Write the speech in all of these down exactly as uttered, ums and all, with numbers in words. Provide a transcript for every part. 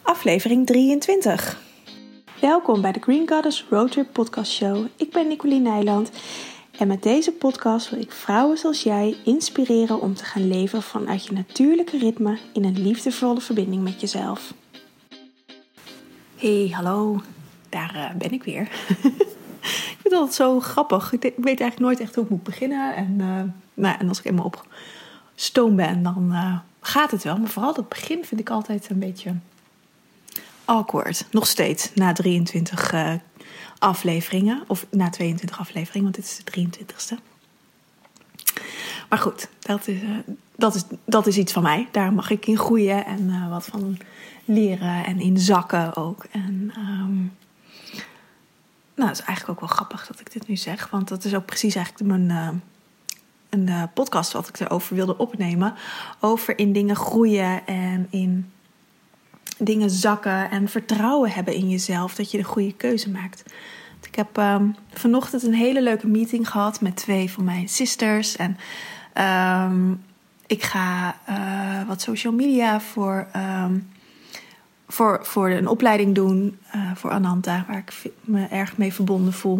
aflevering drieëntwintig. Welkom bij de Green Goddess Roadtrip Podcast Show. Ik ben Nicoline Nijland en met deze podcast wil ik vrouwen zoals jij inspireren om te gaan leven vanuit je natuurlijke ritme in een liefdevolle verbinding met jezelf. Hey, hallo. Daar uh, ben ik weer. Ik vind het altijd zo grappig. Ik weet eigenlijk nooit echt hoe ik moet beginnen. En, uh, nou, en als ik eenmaal op stoom ben, dan uh, gaat het wel. Maar vooral het begin vind ik altijd een beetje awkward. Nog steeds, na drieëntwintig uh, afleveringen. Of na tweeëntwintig afleveringen, want dit is de drieëntwintigste. Maar goed, dat is, uh, dat is, dat is iets van mij. Daar mag ik in groeien en uh, wat van leren en in zakken ook. En um, nou, het is eigenlijk ook wel grappig dat ik dit nu zeg. Want dat is ook precies eigenlijk mijn uh, een uh, podcast wat ik erover wilde opnemen. Over in dingen groeien en in dingen zakken en vertrouwen hebben in jezelf. Dat je de goede keuze maakt. Ik heb um, vanochtend een hele leuke meeting gehad met twee van mijn sisters. En um, ik ga uh, wat social media voor, um, voor, voor een opleiding doen uh, voor Ananta. Waar ik me erg mee verbonden voel.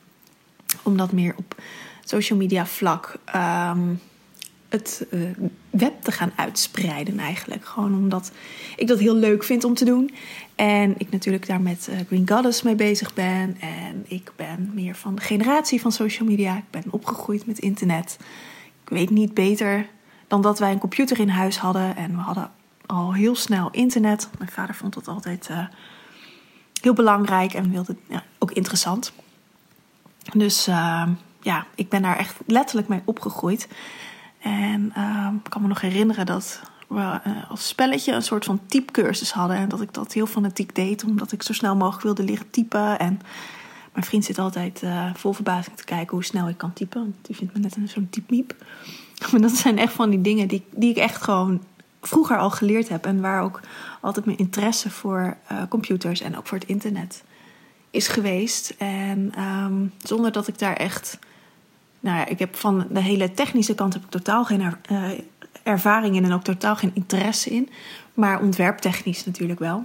Om dat meer op social media vlak um, het uh, web te gaan uitspreiden eigenlijk. Gewoon omdat ik dat heel leuk vind om te doen. En ik natuurlijk daar met uh, Green Goddess mee bezig ben. En ik ben meer van de generatie van social media. Ik ben opgegroeid met internet. Ik weet niet beter dan dat wij een computer in huis hadden. En we hadden al heel snel internet. Mijn vader vond dat altijd uh, heel belangrijk en wilde ja, ook interessant. Dus uh, ja, ik ben daar echt letterlijk mee opgegroeid. En uh, ik kan me nog herinneren dat we uh, als spelletje een soort van typecursus hadden. En dat ik dat heel fanatiek deed, omdat ik zo snel mogelijk wilde leren typen. En mijn vriend zit altijd uh, vol verbazing te kijken hoe snel ik kan typen. Want die vindt me net een zo'n typmiep. Maar dat zijn echt van die dingen die, die ik echt gewoon vroeger al geleerd heb. En waar ook altijd mijn interesse voor uh, computers en ook voor het internet is geweest. En um, zonder dat ik daar echt... Nou ja, ik heb van de hele technische kant heb ik totaal geen er, uh, ervaring in en ook totaal geen interesse in. Maar ontwerptechnisch natuurlijk wel.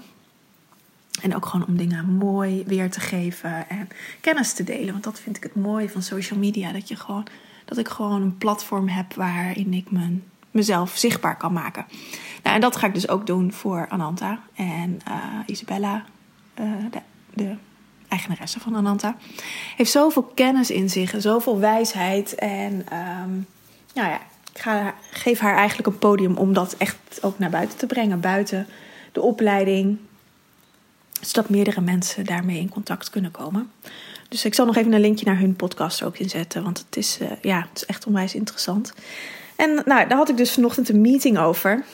En ook gewoon om dingen mooi weer te geven en kennis te delen. Want dat vind ik het mooie van social media. Dat, je gewoon, dat ik gewoon een platform heb waarin ik mijn, mezelf zichtbaar kan maken. Nou, en dat ga ik dus ook doen voor Ananta en uh, Isabella, uh, de... de eigenaresse van Ananta, heeft zoveel kennis in zich en zoveel wijsheid. En um, nou ja, ik ga, geef haar eigenlijk een podium om dat echt ook naar buiten te brengen. Buiten de opleiding. Zodat meerdere mensen daarmee in contact kunnen komen. Dus ik zal nog even een linkje naar hun podcast ook inzetten. Want het is, uh, ja, het is echt onwijs interessant. En nou, daar had ik dus vanochtend een meeting over.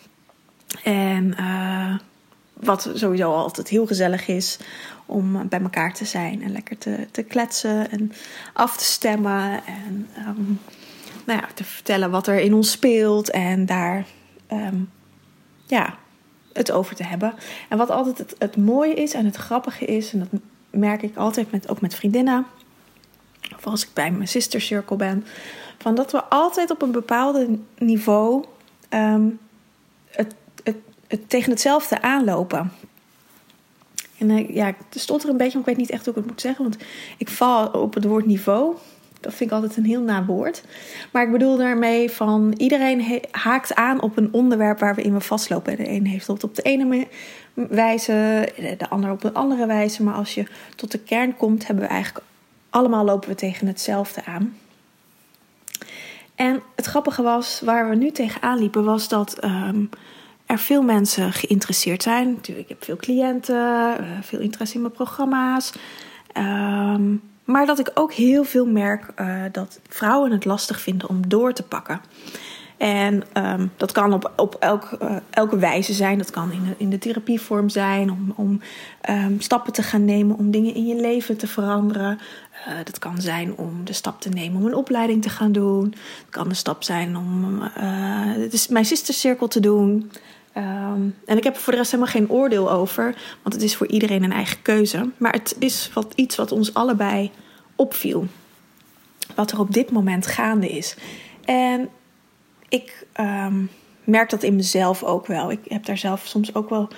En uh, wat sowieso altijd heel gezellig is om bij elkaar te zijn en lekker te, te kletsen en af te stemmen. En um, nou ja, te vertellen wat er in ons speelt en daar um, ja, het over te hebben. En wat altijd het, het mooie is en het grappige is, en dat merk ik altijd met, ook met vriendinnen, of als ik bij mijn sister circle ben, van dat we altijd op een bepaald niveau um, het, het, het tegen hetzelfde aanlopen. En uh, ja, het stond er een beetje, maar ik weet niet echt hoe ik het moet zeggen. Want ik val op het woord niveau. Dat vind ik altijd een heel na woord. Maar ik bedoel daarmee van iedereen he- haakt aan op een onderwerp waar we in we vastlopen. De een heeft het op de ene wijze, de ander op een andere wijze. Maar als je tot de kern komt, hebben we eigenlijk allemaal lopen we tegen hetzelfde aan. En het grappige was, waar we nu tegenaan liepen, was dat Um, er veel mensen geïnteresseerd zijn. Natuurlijk, ik heb veel cliënten, uh, veel interesse in mijn programma's. Um, maar dat ik ook heel veel merk uh, dat vrouwen het lastig vinden om door te pakken. En um, dat kan op, op elk, uh, elke wijze zijn. Dat kan in de, in de therapievorm zijn. Om, om um, stappen te gaan nemen om dingen in je leven te veranderen. Uh, dat kan zijn om de stap te nemen om een opleiding te gaan doen. Het kan de stap zijn om uh, het is mijn sister circle te doen. Um, en ik heb er voor de rest helemaal geen oordeel over. Want het is voor iedereen een eigen keuze. Maar het is wat, iets wat ons allebei opviel. Wat er op dit moment gaande is. En ik um, merk dat in mezelf ook wel. Ik heb daar zelf soms ook wel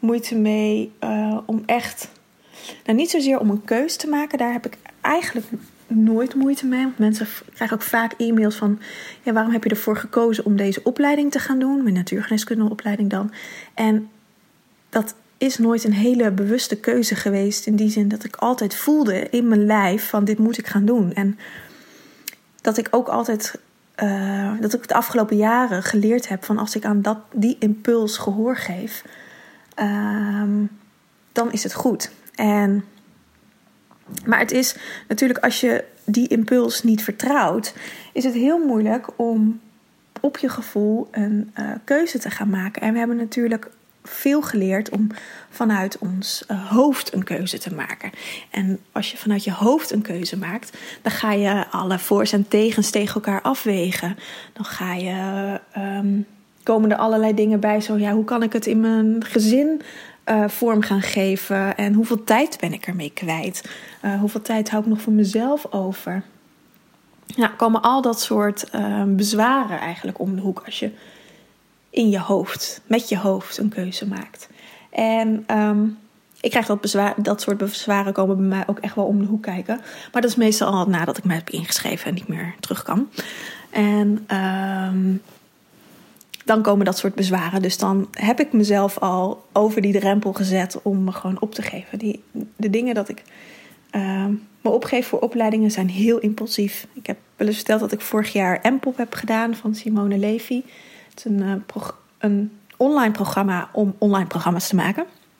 moeite mee uh, om echt... Nou, niet zozeer om een keus te maken. Daar heb ik eigenlijk nooit moeite mee. Want mensen krijgen ook vaak e-mails van... Ja, waarom heb je ervoor gekozen om deze opleiding te gaan doen? Mijn natuurgeneeskundige opleiding dan. En dat is nooit een hele bewuste keuze geweest. In die zin dat ik altijd voelde in mijn lijf van dit moet ik gaan doen. En dat ik ook altijd... Uh, dat ik de afgelopen jaren geleerd heb van als ik aan dat, die impuls gehoor geef... Uh, dan is het goed. En, maar het is natuurlijk als je die impuls niet vertrouwt... is het heel moeilijk om op je gevoel een uh, keuze te gaan maken. En we hebben natuurlijk veel geleerd om vanuit ons uh, hoofd een keuze te maken. En als je vanuit je hoofd een keuze maakt... dan ga je alle voor's en tegens tegen elkaar afwegen. Dan ga je... Um, komen er allerlei dingen bij. Zo, ja, hoe kan ik het in mijn gezin... Uh, vorm gaan geven en hoeveel tijd ben ik ermee kwijt? Uh, hoeveel tijd hou ik nog voor mezelf over? Nou, komen al dat soort uh, bezwaren eigenlijk om de hoek als je in je hoofd, met je hoofd een keuze maakt. En um, ik krijg dat, bezwaar, dat soort bezwaren komen bij mij ook echt wel om de hoek kijken. Maar dat is meestal al nadat ik me heb ingeschreven en niet meer terug kan. En... Um, dan komen dat soort bezwaren. Dus dan heb ik mezelf al over die drempel gezet om me gewoon op te geven. Die, de dingen dat ik uh, me opgeef voor opleidingen zijn heel impulsief. Ik heb wel eens verteld dat ik vorig jaar M P O P heb gedaan van Simone Levy. Het is een, uh, prog- een online programma om online programma's te maken.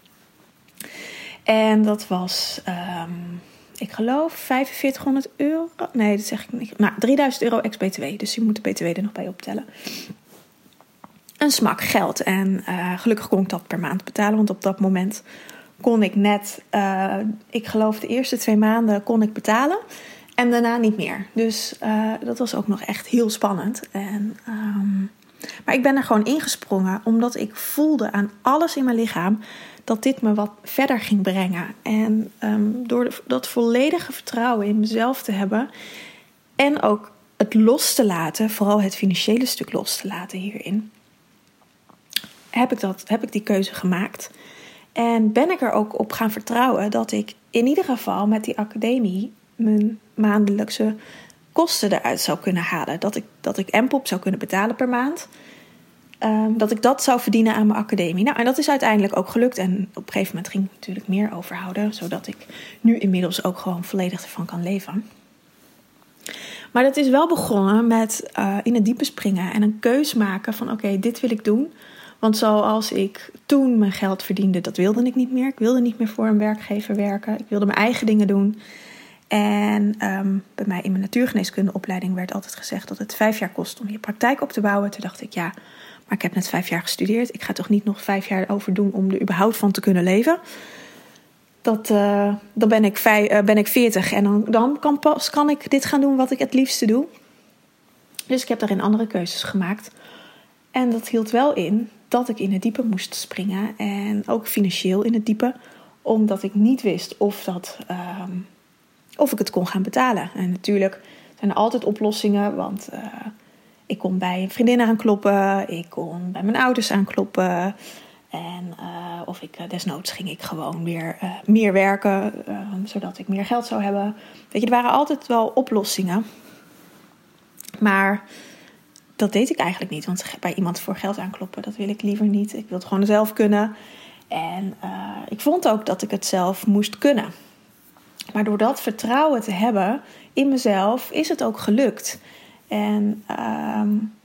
En dat was, um, ik geloof, vijfenveertighonderd euro. Nee, dat zeg ik niet. Nou, drieduizend euro ex-B T W. Dus je moet de B T W er nog bij optellen. Een smak geld. En uh, gelukkig kon ik dat per maand betalen. Want op dat moment kon ik net, uh, ik geloof de eerste twee maanden kon ik betalen. En daarna niet meer. Dus uh, dat was ook nog echt heel spannend. En, um, maar ik ben er gewoon ingesprongen. Omdat ik voelde aan alles in mijn lichaam dat dit me wat verder ging brengen. En um, door de, dat volledige vertrouwen in mezelf te hebben. En ook het los te laten. Vooral het financiële stuk los te laten hierin. Heb ik, dat, heb ik die keuze gemaakt. En ben ik er ook op gaan vertrouwen dat ik in ieder geval met die academie mijn maandelijkse kosten eruit zou kunnen halen. Dat ik, dat ik M P O P zou kunnen betalen per maand. Um, dat ik dat zou verdienen aan mijn academie. Nou, en dat is uiteindelijk ook gelukt. En op een gegeven moment ging ik natuurlijk meer overhouden. Zodat ik nu inmiddels ook gewoon volledig ervan kan leven. Maar dat is wel begonnen met uh, in het diepe springen. En een keus maken van oké, okay, dit wil ik doen. Want zoals ik toen mijn geld verdiende, dat wilde ik niet meer. Ik wilde niet meer voor een werkgever werken. Ik wilde mijn eigen dingen doen. En um, bij mij in mijn natuurgeneeskundeopleiding werd altijd gezegd dat het vijf jaar kost om je praktijk op te bouwen. Toen dacht ik, ja, maar ik heb net vijf jaar gestudeerd. Ik ga toch niet nog vijf jaar over doen om er überhaupt van te kunnen leven. Dat, uh, dan ben ik, vijf, uh, ben ik veertig en dan, dan kan, pas, kan ik dit gaan doen wat ik het liefste doe. Dus ik heb daarin andere keuzes gemaakt. En dat hield wel in dat ik in het diepe moest springen. En ook financieel in het diepe. Omdat ik niet wist of, dat, um, of ik het kon gaan betalen. En natuurlijk zijn er altijd oplossingen. Want uh, ik kon bij een vriendin aankloppen. Ik kon bij mijn ouders aankloppen. En uh, of ik uh, desnoods ging ik gewoon weer uh, meer werken. Uh, zodat ik meer geld zou hebben. Weet je, er waren altijd wel oplossingen. Maar dat deed ik eigenlijk niet. Want bij iemand voor geld aankloppen, dat wil ik liever niet. Ik wil het gewoon zelf kunnen. En uh, ik vond ook dat ik het zelf moest kunnen. Maar door dat vertrouwen te hebben in mezelf, is het ook gelukt. En uh,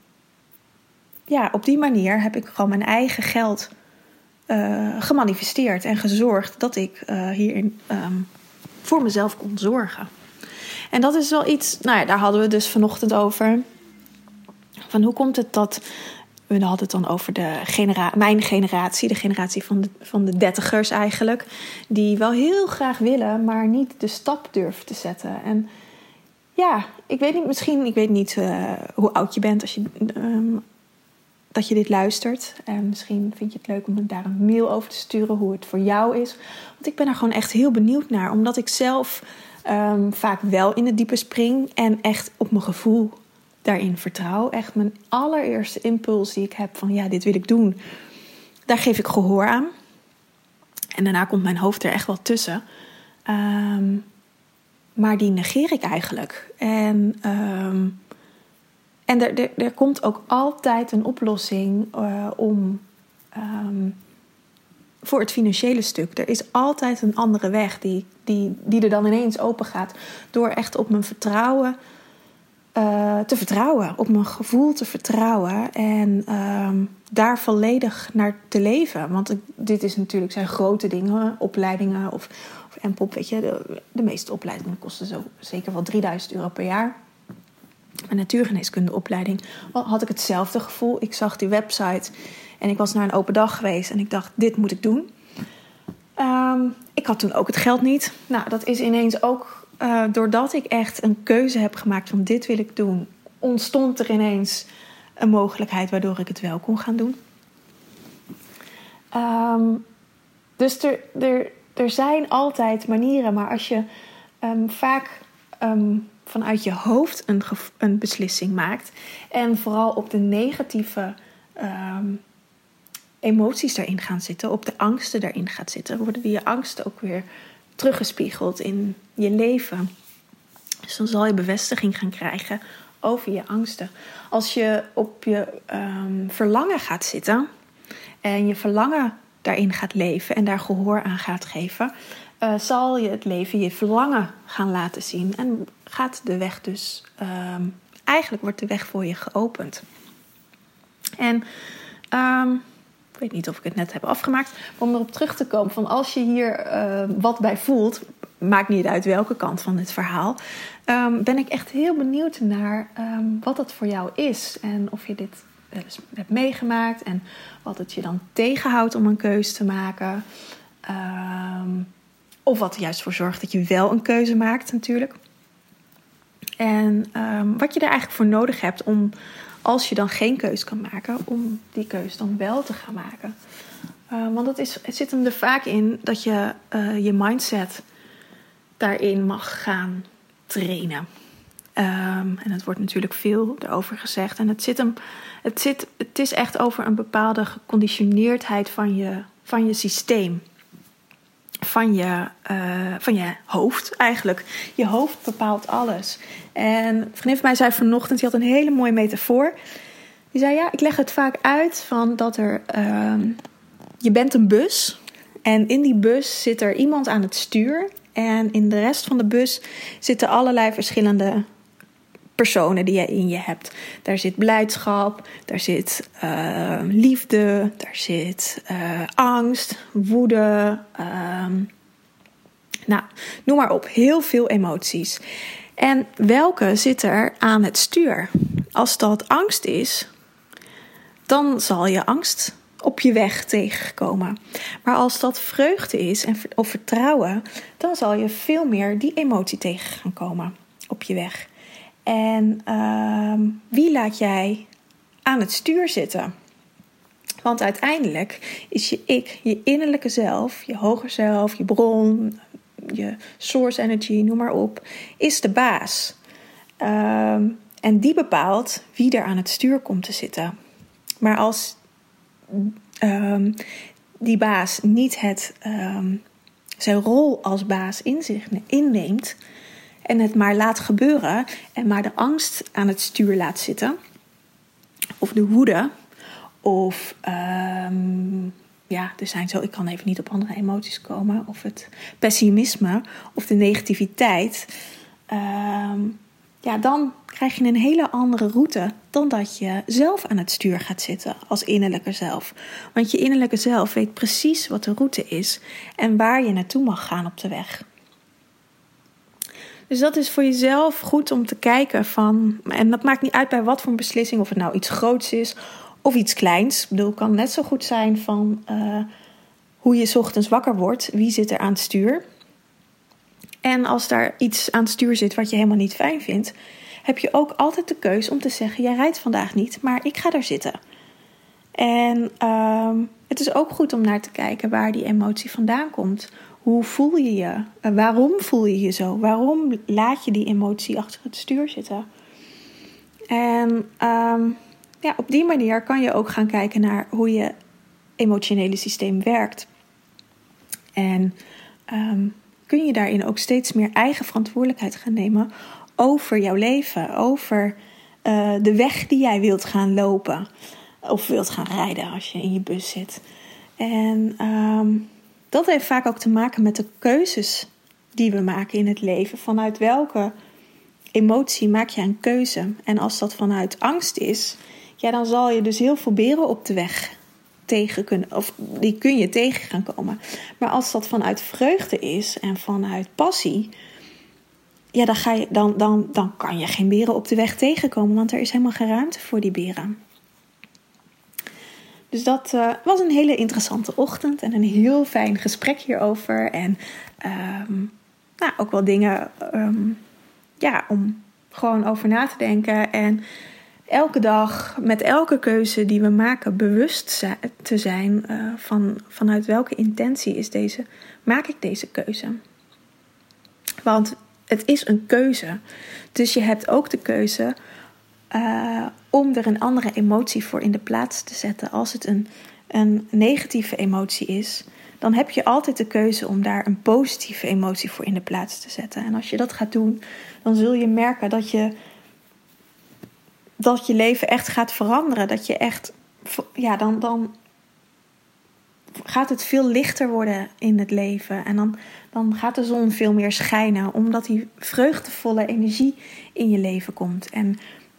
ja, op die manier heb ik gewoon mijn eigen geld uh, gemanifesteerd. En gezorgd dat ik uh, hierin um, voor mezelf kon zorgen. En dat is wel iets, nou ja, daar hadden we dus vanochtend over. Van hoe komt het dat, we hadden het dan over de genera- mijn generatie, de generatie van de, van de dertigers eigenlijk, die wel heel graag willen, maar niet de stap durven te zetten. En ja, ik weet niet, misschien, ik weet niet uh, hoe oud je bent als je, um, dat je dit luistert. En misschien vind je het leuk om daar een mail over te sturen hoe het voor jou is. Want ik ben er gewoon echt heel benieuwd naar, omdat ik zelf um, vaak wel in het diepe spring en echt op mijn gevoel daarin vertrouw. Echt mijn allereerste impuls die ik heb van ja, dit wil ik doen. Daar geef ik gehoor aan. En daarna komt mijn hoofd er echt wel tussen. Um, maar die negeer ik eigenlijk. En, um, en er, er, er komt ook altijd een oplossing uh, om... Um, voor het financiële stuk. Er is altijd een andere weg die, die, die er dan ineens open gaat. Door echt op mijn vertrouwen uh, te vertrouwen. Op mijn gevoel te vertrouwen. En um, daar volledig naar te leven. Want dit is natuurlijk zijn grote dingen. Opleidingen of, of M P O P. Weet je, de, de meeste opleidingen kosten zo zeker wel drieduizend euro per jaar. Mijn natuurgeneeskundeopleiding had ik hetzelfde gevoel. Ik zag die website en ik was naar een open dag geweest en ik dacht, dit moet ik doen. Um, ik had toen ook het geld niet. Nou, dat is ineens ook, uh, doordat ik echt een keuze heb gemaakt van dit wil ik doen, ontstond er ineens een mogelijkheid waardoor ik het wel kon gaan doen. Um, dus er, er, er zijn altijd manieren, maar als je um, vaak... Um, vanuit je hoofd een, een beslissing maakt. En vooral op de negatieve um, emoties daarin gaan zitten. Op de angsten daarin gaat zitten. Worden die je angsten ook weer teruggespiegeld in je leven. Dus dan zal je bevestiging gaan krijgen over je angsten. Als je op je um, verlangen gaat zitten. En je verlangen daarin gaat leven. En daar gehoor aan gaat geven. Uh, zal je het leven je verlangen gaan laten zien. En gaat de weg dus... Um, eigenlijk wordt de weg voor je geopend. En... Um, ik weet niet of ik het net heb afgemaakt. Maar om erop terug te komen. Van als je hier uh, wat bij voelt. Maakt niet uit welke kant van het verhaal. Um, ben ik echt heel benieuwd naar um, wat dat voor jou is. En of je dit wel eens hebt meegemaakt. En wat het je dan tegenhoudt om een keuze te maken. Um, Of wat er juist voor zorgt dat je wel een keuze maakt natuurlijk. En um, wat je er eigenlijk voor nodig hebt om, als je dan geen keuze kan maken, om die keuze dan wel te gaan maken. Uh, want het, is, het zit hem er vaak in dat je uh, je mindset daarin mag gaan trainen. Um, en het wordt natuurlijk veel erover gezegd. En het, zit hem, het, zit, het is echt over een bepaalde geconditioneerdheid van je, van je systeem. Van je, uh, van je hoofd eigenlijk. Je hoofd bepaalt alles. En een vriendin van mij zei vanochtend, die had een hele mooie metafoor. Die zei, ja, ik leg het vaak uit van dat er... Uh, je bent een bus. En in die bus zit er iemand aan het stuur. En in de rest van de bus zitten allerlei verschillende personen die je in je hebt. Daar zit blijdschap, daar zit uh, liefde, daar zit uh, angst, woede. Uh, nou, noem maar op. Heel veel emoties. En welke zit er aan het stuur? Als dat angst is, dan zal je angst op je weg tegenkomen. Maar als dat vreugde is en, of vertrouwen, dan zal je veel meer die emotie tegen gaan komen op je weg. En uh, wie laat jij aan het stuur zitten? Want uiteindelijk is je ik, je innerlijke zelf, je hoger zelf, je bron, je source energy, noem maar op, is de baas. Uh, en die bepaalt wie er aan het stuur komt te zitten. Maar als uh, die baas niet het, uh, zijn rol als baas in zich inneemt en het maar laat gebeuren en maar de angst aan het stuur laat zitten, of de woede, of um, ja, er zijn zo, ik kan even niet op andere emoties komen, of het pessimisme of de negativiteit, um, ja, dan krijg je een hele andere route dan dat je zelf aan het stuur gaat zitten als innerlijke zelf. Want je innerlijke zelf weet precies wat de route is en waar je naartoe mag gaan op de weg. Dus dat is voor jezelf goed om te kijken van, en dat maakt niet uit bij wat voor een beslissing, of het nou iets groots is of iets kleins. Ik bedoel, het kan net zo goed zijn van uh, hoe je 's ochtends wakker wordt, wie zit er aan het stuur. En als daar iets aan het stuur zit wat je helemaal niet fijn vindt, heb je ook altijd de keus om te zeggen, jij rijdt vandaag niet, maar ik ga daar zitten. En uh, het is ook goed om naar te kijken waar die emotie vandaan komt. Hoe voel je je? Uh, waarom voel je je zo? Waarom laat je die emotie achter het stuur zitten? En um, ja, op die manier kan je ook gaan kijken naar hoe je emotionele systeem werkt. En um, kun je daarin ook steeds meer eigen verantwoordelijkheid gaan nemen over jouw leven. Over uh, de weg die jij wilt gaan lopen. Of wilt gaan rijden als je in je bus zit. En um, dat heeft vaak ook te maken met de keuzes die we maken in het leven. Vanuit welke emotie maak je een keuze? En als dat vanuit angst is, ja, dan zal je dus heel veel beren op de weg tegen kunnen, of die kun je tegen gaan komen. Maar als dat vanuit vreugde is en vanuit passie, ja, dan, ga je, dan, dan, dan kan je geen beren op de weg tegenkomen, want er is helemaal geen ruimte voor die beren. Dus dat uh, was een hele interessante ochtend en een heel fijn gesprek hierover. En um, nou, ook wel dingen um, ja, om gewoon over na te denken. En elke dag met elke keuze die we maken bewust te zijn uh, van vanuit welke intentie is deze, maak ik deze keuze. Want het is een keuze. Dus je hebt ook de keuze uh, om er een andere emotie voor in de plaats te zetten. Als het een, een negatieve emotie is, dan heb je altijd de keuze om daar een positieve emotie voor in de plaats te zetten. En als je dat gaat doen, dan zul je merken dat je, dat je leven echt gaat veranderen. Dat je echt, ja, dan, dan gaat het veel lichter worden in het leven. En dan, dan gaat de zon veel meer schijnen, omdat die vreugdevolle energie in je leven komt. En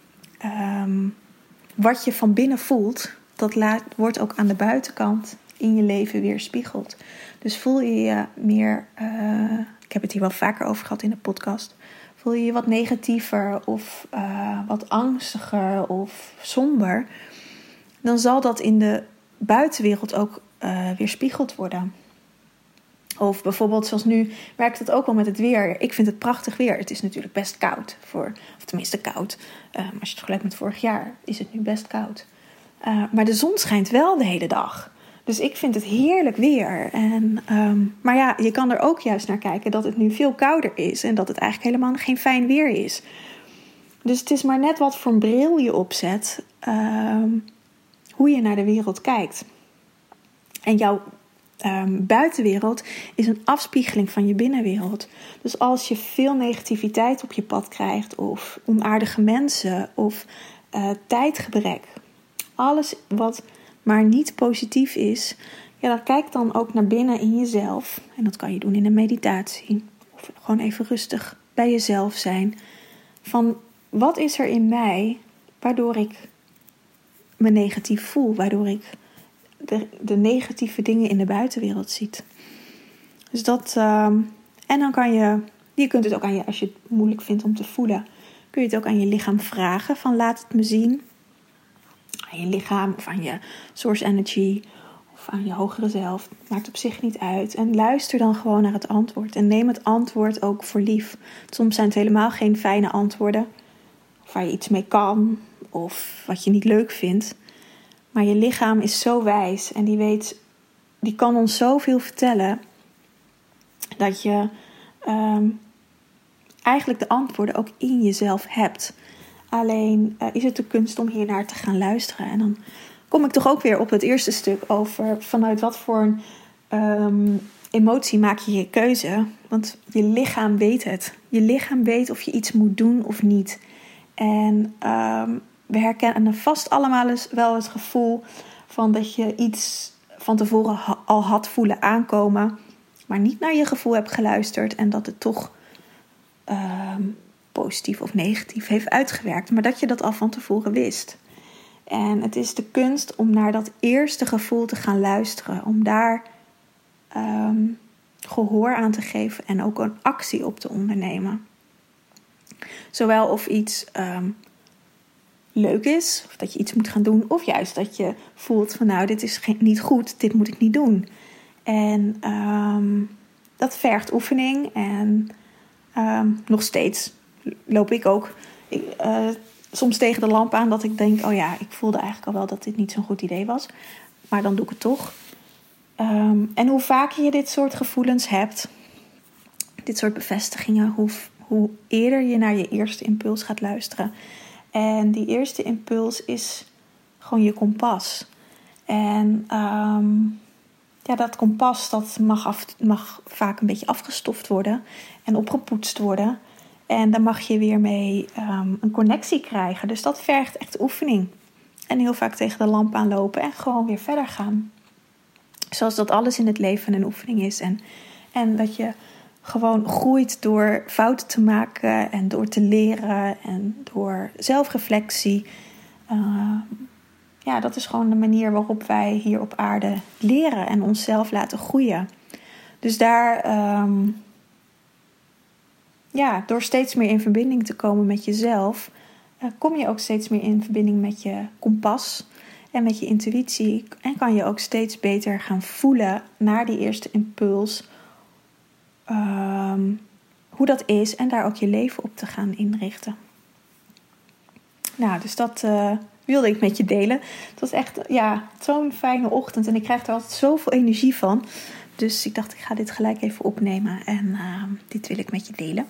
um, wat je van binnen voelt, dat laat, wordt ook aan de buitenkant in je leven weerspiegeld. Dus voel je je meer, uh, ik heb het hier wel vaker over gehad in de podcast, voel je je wat negatiever of uh, wat angstiger of somber, dan zal dat in de buitenwereld ook uh, weerspiegeld worden. Of bijvoorbeeld zoals nu werkt het ook wel met het weer. Ik vind het prachtig weer. Het is natuurlijk best koud. Voor, of tenminste koud. Um, als je het vergelijkt met vorig jaar is het nu best koud. Uh, maar de zon schijnt wel de hele dag. Dus ik vind het heerlijk weer. En, um, maar ja, je kan er ook juist naar kijken dat het nu veel kouder is. En dat het eigenlijk helemaal geen fijn weer is. Dus het is maar net wat voor een bril je opzet. Um, hoe je naar de wereld kijkt. En jouw um, buitenwereld is een afspiegeling van je binnenwereld. Dus als je veel negativiteit op je pad krijgt, of onaardige mensen, of uh, tijdgebrek, alles wat maar niet positief is, ja, dan kijk dan ook naar binnen in jezelf. En dat kan je doen in een meditatie. Of gewoon even rustig bij jezelf zijn. Van wat is er in mij waardoor ik me negatief voel, waardoor ik de, de negatieve dingen in de buitenwereld ziet. Dus dat, um, en dan kan je, je kunt het ook aan je, als je het moeilijk vindt om te voelen, kun je het ook aan je lichaam vragen, van laat het me zien. Aan je lichaam of aan je source energy of aan je hogere zelf. Maakt op zich niet uit. En luister dan gewoon naar het antwoord. En neem het antwoord ook voor lief. Soms zijn het helemaal geen fijne antwoorden. Of waar je iets mee kan. Of wat je niet leuk vindt. Maar je lichaam is zo wijs. En die weet, die kan ons zoveel vertellen. Dat je um, eigenlijk de antwoorden ook in jezelf hebt. Alleen uh, is het de kunst om hier naar te gaan luisteren. En dan kom ik toch ook weer op het eerste stuk over vanuit wat voor um, emotie maak je je keuze. Want je lichaam weet het. Je lichaam weet of je iets moet doen of niet. En um, we herkennen vast allemaal eens wel het gevoel van dat je iets van tevoren ha- al had voelen aankomen, maar niet naar je gevoel hebt geluisterd en dat het toch um, positief of negatief heeft uitgewerkt, maar dat je dat al van tevoren wist. En het is de kunst om naar dat eerste gevoel te gaan luisteren, om daar um, gehoor aan te geven en ook een actie op te ondernemen. Zowel of iets um, leuk is, of dat je iets moet gaan doen, of juist dat je voelt van nou, dit is geen, niet goed, dit moet ik niet doen. En um, dat vergt oefening en um, nog steeds loop ik ook ik, uh, soms tegen de lamp aan dat ik denk, oh ja, ik voelde eigenlijk al wel dat dit niet zo'n goed idee was. Maar dan doe ik het toch. Um, en hoe vaker je dit soort gevoelens hebt, dit soort bevestigingen, hoe, hoe eerder je naar je eerste impuls gaat luisteren. En die eerste impuls is gewoon je kompas. En um, ja, dat kompas dat mag, af, mag vaak een beetje afgestoft worden en opgepoetst worden. En daar mag je weer mee um, een connectie krijgen. Dus dat vergt echt oefening. En heel vaak tegen de lamp aanlopen en gewoon weer verder gaan. Zoals dat alles in het leven een oefening is. En, en dat je gewoon groeit door fouten te maken en door te leren en door zelfreflectie. Uh, ja, dat is gewoon de manier waarop wij hier op aarde leren en onszelf laten groeien. Dus daar, um, ja, door steeds meer in verbinding te komen met jezelf, uh, kom je ook steeds meer in verbinding met je kompas en met je intuïtie. En kan je ook steeds beter gaan voelen naar die eerste impuls. Um, hoe dat is en daar ook je leven op te gaan inrichten. Nou, dus dat uh, wilde ik met je delen. Het was echt ja, zo'n fijne ochtend en ik krijg er altijd zoveel energie van. Dus ik dacht, ik ga dit gelijk even opnemen en uh, dit wil ik met je delen.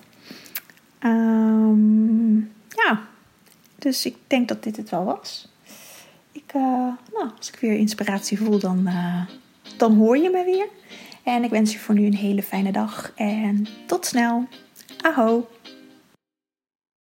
Um, ja, dus ik denk dat dit het wel was. Ik, uh, nou, als ik weer inspiratie voel, dan, uh, dan hoor je me weer. En ik wens je voor nu een hele fijne dag en tot snel. Aho!